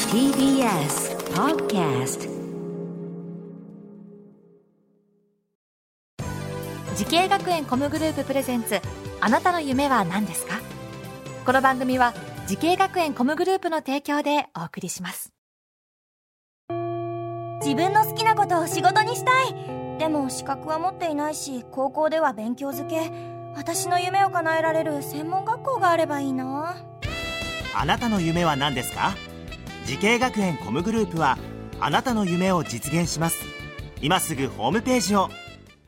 TBS Podcast。 時系学園コムグループプレゼンツ、あなたの夢は何ですか？この番組は時系学園コムグループの提供でお送りします。 自分の好きなことを仕事にしたい。でも資格は持っていないし、高校では勉強づけ。私の夢を叶えられる専門学校があればいいな。 あなたの夢は何ですか？時系学園コムグループはあなたの夢を実現します。今すぐホームページを。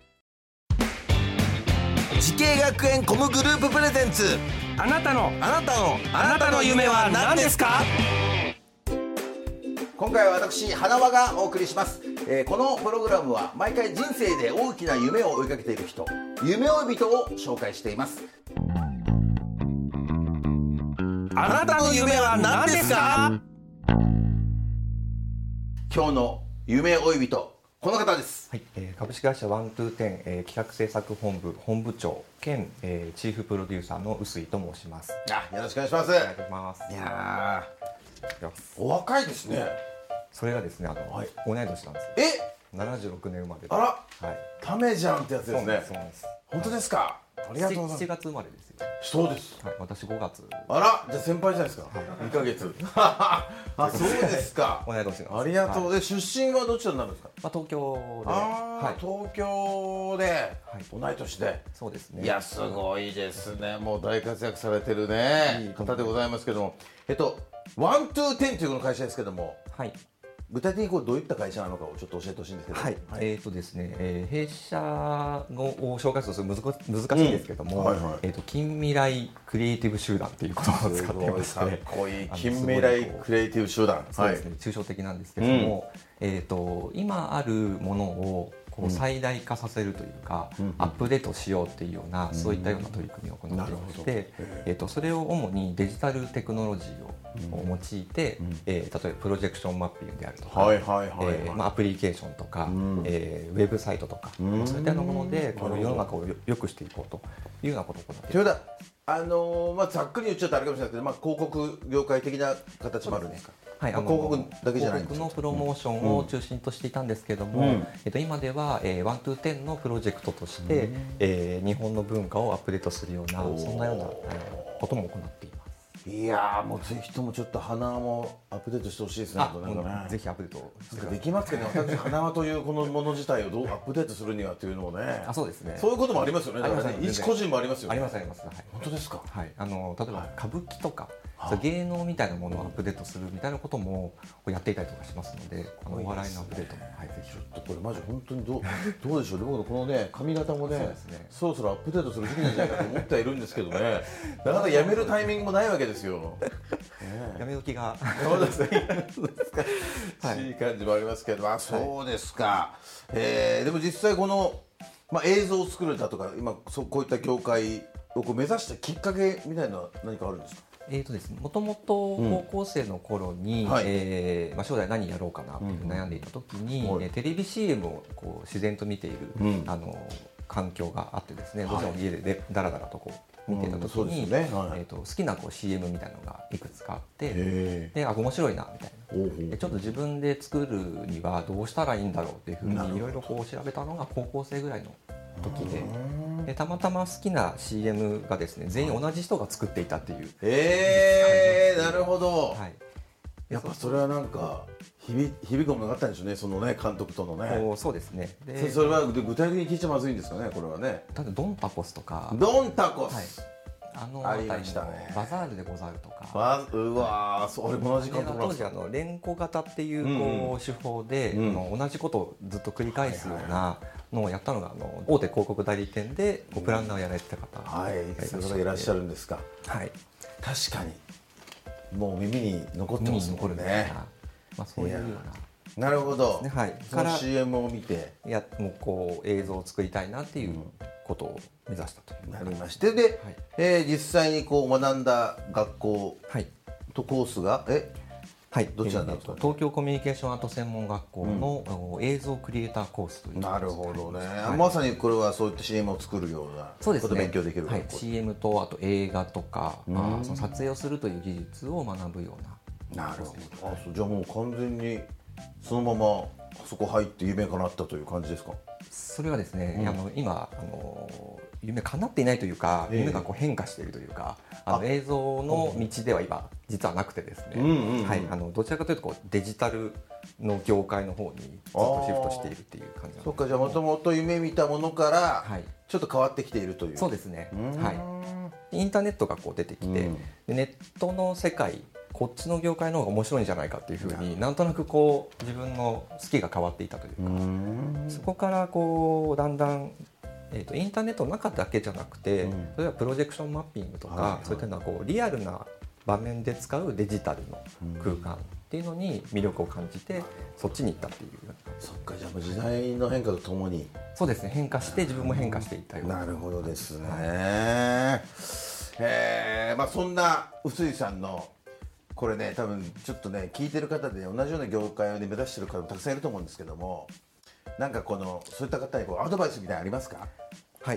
時系学園コムグループプレゼンツ、 あなたの夢は何ですか？今回は私花輪がお送りします。このプログラムは毎回人生で大きな夢を追いかけている人、夢追い人を紹介しています。 あなたの夢は何ですか？ 今日の夢追い人、この方です。 はい、株式会社ワントゥーテン、企画制作本部本部長兼、チーフプロデューサーの臼井と申します。 よろしくお願いします。 お願いします。 いやお若いですね。 それがですね、 はい、 同い年なんですよ。76年生まれで。 あら、 はい、 ためじゃんってやつですね。 そうなんです。 本当ですか？ありがとうございます。 7月生まれですよ。 そうです、 はい、私5月。 あら、じゃあ先輩じゃないですか。2ヶ月あ、そうですか。 同い年なんです。 ありがとう。 はい、 で、出身はどちらになるんですか？ 東京で。 はい、東京で、同い年で。 そうですね。 いや、すごいですね。もう大活躍されてるね、方でございますけども、ワントゥーテンというこの会社ですけども、 はい、 具体的にどういった会社なのかをちょっと教えてほしいんですけど。 はい、ですね、弊社を紹介すると難しいんですけども、近未来クリエイティブ集団という言葉を使っていまして、 かっこいい近未来クリエイティブ集団。 そうですね、抽象的なんですけども、今あるものを最大化させるというか、アップデートしようっていうような、そういったような取り組みを行っていまして、それを主にデジタルテクノロジーを用いて、例えばプロジェクションマッピングであるとか、アプリケーションとか、ウェブサイトとか、そういったようなものでこの世の中を良くしていこうというようなことを行っています。 ざっくり言っちゃったらあれかもしれないですけど、広告業界的な形もあるんですか？ はい、 広告だけじゃないんですか？ 広告のプロモーションを中心としていたんですけども、今ではワントゥーテンのプロジェクトとして、日本の文化をアップデートするような、そんなようなことも行っています。 いやー、もうぜひともちょっと花もアップデートしてほしいですね。 ぜひアップデートしてできますけどね。私花というこのもの自体をどうアップデートするにはというのをね。 そうですね。 そういうこともありますよね。だから一個人もありますよね。 ありますあります。はい。 本当ですか？ はい。例えば歌舞伎とか芸能みたいなものをアップデートするみたいなこともやっていたりとかしますので、お笑いのアップデートも、ぜひ。 ちょっとこれマジ本当にどうでしょう。僕のこのね髪型もね、そろそろアップデートする時期なんじゃないかと思ってはいるんですけどね。なかなかやめるタイミングもないわけですよ。 やめ時が。 そうですね。いい感じもありますけど、そうですか。でも実際この映像を作るだとか、今こういった業界を目指したきっかけみたいな何かあるんですか？ ですね、もともと高校生の頃に、将来何やろうかなっていう悩んでいた時に、テレビ CM を自然と見ている、環境があってですね、どうしても家でダラダラと見ていた時に、好きなCM みたいなのがいくつかあって、で面白いなみたいな、ちょっと自分で作るにはどうしたらいいんだろうっていうふうにいろいろ調べたのが高校生ぐらいの時で、たまたま好きな CM がですね、全員同じ人が作っていたっていう。 なるほど。やっぱそれはなんか響くものがあったんでしょうね、そのね監督とのね。 そうですね。 それは具体的に聞いちゃまずいんですかね、これはね。 ただドンタコスとか。 ドンタコス。 ありましたね。バザールでござるとか。 うわー、それも同じ監督なんですか？ 当時連呼型っていう手法で同じことをずっと繰り返すようなのをやったのが大手広告代理店でプランナーをやられてた方がいらっしゃるんですか？ はい。 確かにもう耳に残ってますもんね。 そういうような。なるほど。 はい。 その CM を見てもう映像を作りたいなっていうことを目指したとなりまして、で、実際に学んだ学校とコースがどちらなんですか？ 東京コミュニケーションアート専門学校の映像クリエイターコースという。 なるほどね。まさにこれはそういった CM を作るようなことを勉強できる。 CM とあと映画とか、その撮影をするという技術を学ぶようななるほど。そうじゃあもう完全にそのままそこ入って夢叶ったという感じですか？ それはですね、今夢叶っていないというか、夢がこう変化しているというか、映像の道では今実はなくてですね、どちらかというとこうデジタルの業界の方にずっとシフトしているっていう感じなんです。 そっか、じゃあもともと夢見たものからちょっと変わってきているという。 そうですね。インターネットがこう出てきて、でネットの世界、こっちの業界の方が面白いんじゃないかっていうふうになんとなくこう自分の好きが変わっていたというか、そこからこうだんだん、インターネットの中だけじゃなくて、例えばプロジェクションマッピングとか、そういったのはこうリアルな場面で使うデジタルの空間っていうのに魅力を感じて、そっちに行ったっていう。 そっか、じゃあもう時代の変化とともに。 そうですね、変化して自分も変化していったような。 なるほどですね。そんな臼井さんのこれね、多分ちょっとね聞いてる方で同じような業界を、目指してる方もたくさんいると思うんですけども、なんかそういった方にアドバイスみたいなのありますか？ はい、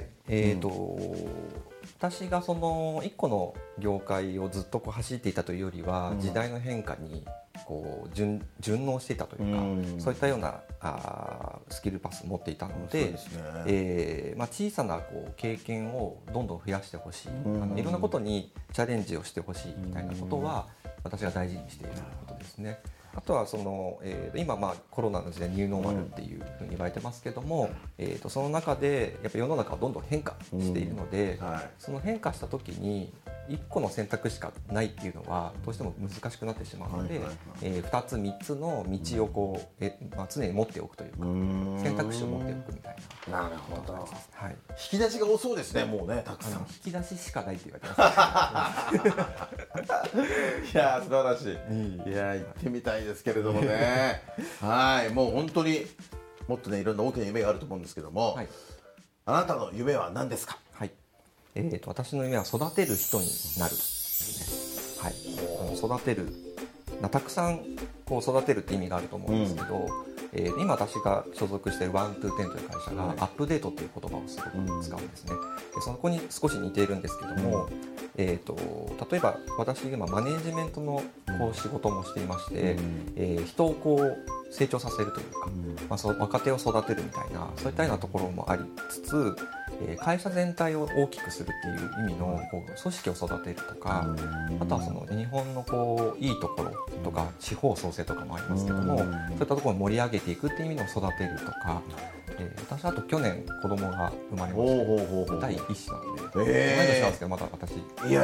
私がその一個の業界をずっとこう走っていたというよりは、時代の変化にこう順応していたというか、そういったようなスキルパスを持っていたので、小さなこう経験をどんどん増やしてほしい、いろんなことにチャレンジをしてほしいみたいなことは私が大事にしていることですね。あとは今コロナの時代ニューノーマルっていうふうに言われてますけども、その中でやっぱ世の中はどんどん変化しているので、その変化した時に1個の選択しかないっていうのはどうしても難しくなってしまうので、2つ3つの道をこう常に持っておくというか、選択肢を持っておくみたいな。 なるほど。引き出しが多そうですね、もうね、たくさん。 引き出ししかないって言われてます。 いや素晴らしい。いや行ってみたいですけれどもね。はい、もう本当にもっとねいろんな大きな夢があると思うんですけども、あなたの夢は何ですか？ はい、私の夢は育てる人になるですね。はい、育てる、たくさんこう育てるって意味があると思うんですけど、今私が所属している1-10という会社がアップデートという言葉をすごく使うんですね。でそこに少し似ているんですけども、例えば私今マネージメントのこう仕事もしていまして、人をこう成長させるというか、若手を育てるみたいな、そういったようなところもありつつ、会社全体を大きくするっていう意味のこう組織を育てるとか、あとはその日本のこういいところとか地方創生とかもありますけども、そういったところを盛り上げていくっていう意味の育てるとか、私あと去年子供が生まれまして第一子なので、同い年なんですけどまだ私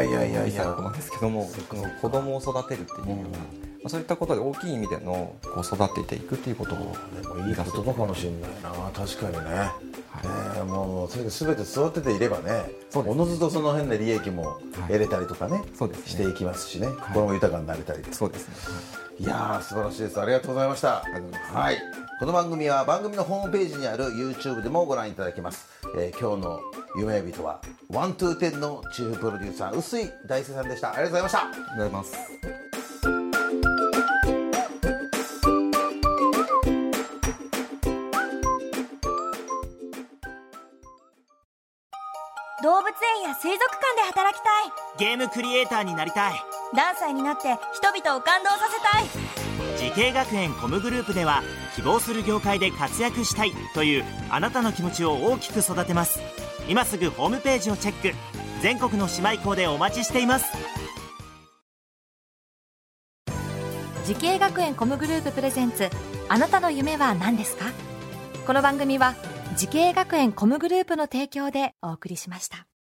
1歳の子なんですけども、子供を育てるっていうような、そういったことで大きい意味でのこう育てていくっていうことをいい言葉かもしれないな。確かにね。もうそれで全て育てていればね、おのずとその辺で利益も得れたりとかね、していきますしね、心も豊かになれたりと。 そうですね。 いやー素晴らしいです。ありがとうございました。はい、この番組は番組のホームページにある YouTube でもご覧いただけます。今日の夢呼人は1-10のチーフプロデューサー臼井大輔さんでした。ありがとうございました。 ありがとうございます。 動物園や水族館で働きたい。 ゲームクリエイターになりたい。 何歳になって人々を感動させたい。 時系学園コムグループでは希望する業界で活躍したいというあなたの気持ちを大きく育てます。今すぐホームページをチェック。全国の姉妹校でお待ちしています。 時系学園コムグループプレゼンツ、あなたの夢は何ですか？この番組は時系学園コムグループの提供でお送りしました。